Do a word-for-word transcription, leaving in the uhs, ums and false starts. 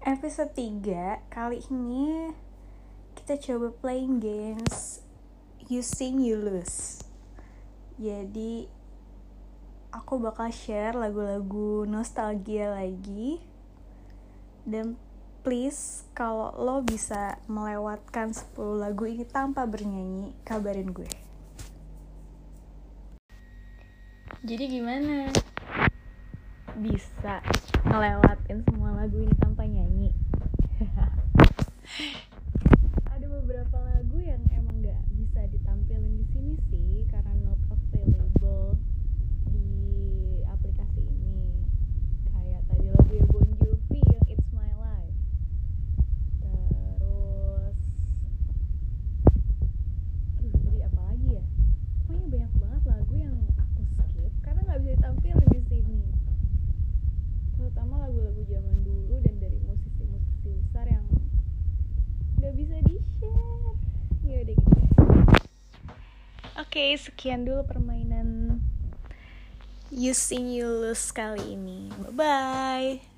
Episode tiga, kali ini kita coba playing games You Sing You Lose. Jadi aku bakal share lagu-lagu nostalgia lagi. Dan please, kalau lo bisa melewatkan sepuluh lagu ini tanpa bernyanyi, kabarin gue. Jadi gimana? Bisa ngelewatin semua lagu ini tanpa nyanyi? Ada beberapa lagu yang emang gak bisa ditampilin di sini sih, karena not available di aplikasi ini. Kayak tadi lagu ya Bon Jovi yang It's My Life. Terus aduh tadi apa lagi ya? Pokoknya banyak banget lagu yang aku skip karena gak bisa ditampilin di sini. Terutama lagu-lagu zaman dulu dan dari musisi-musisi besar yang gak bisa di-share. Ya udah gitu. Oke, sekian dulu permainan You Sing You Lose kali ini. Bye-bye.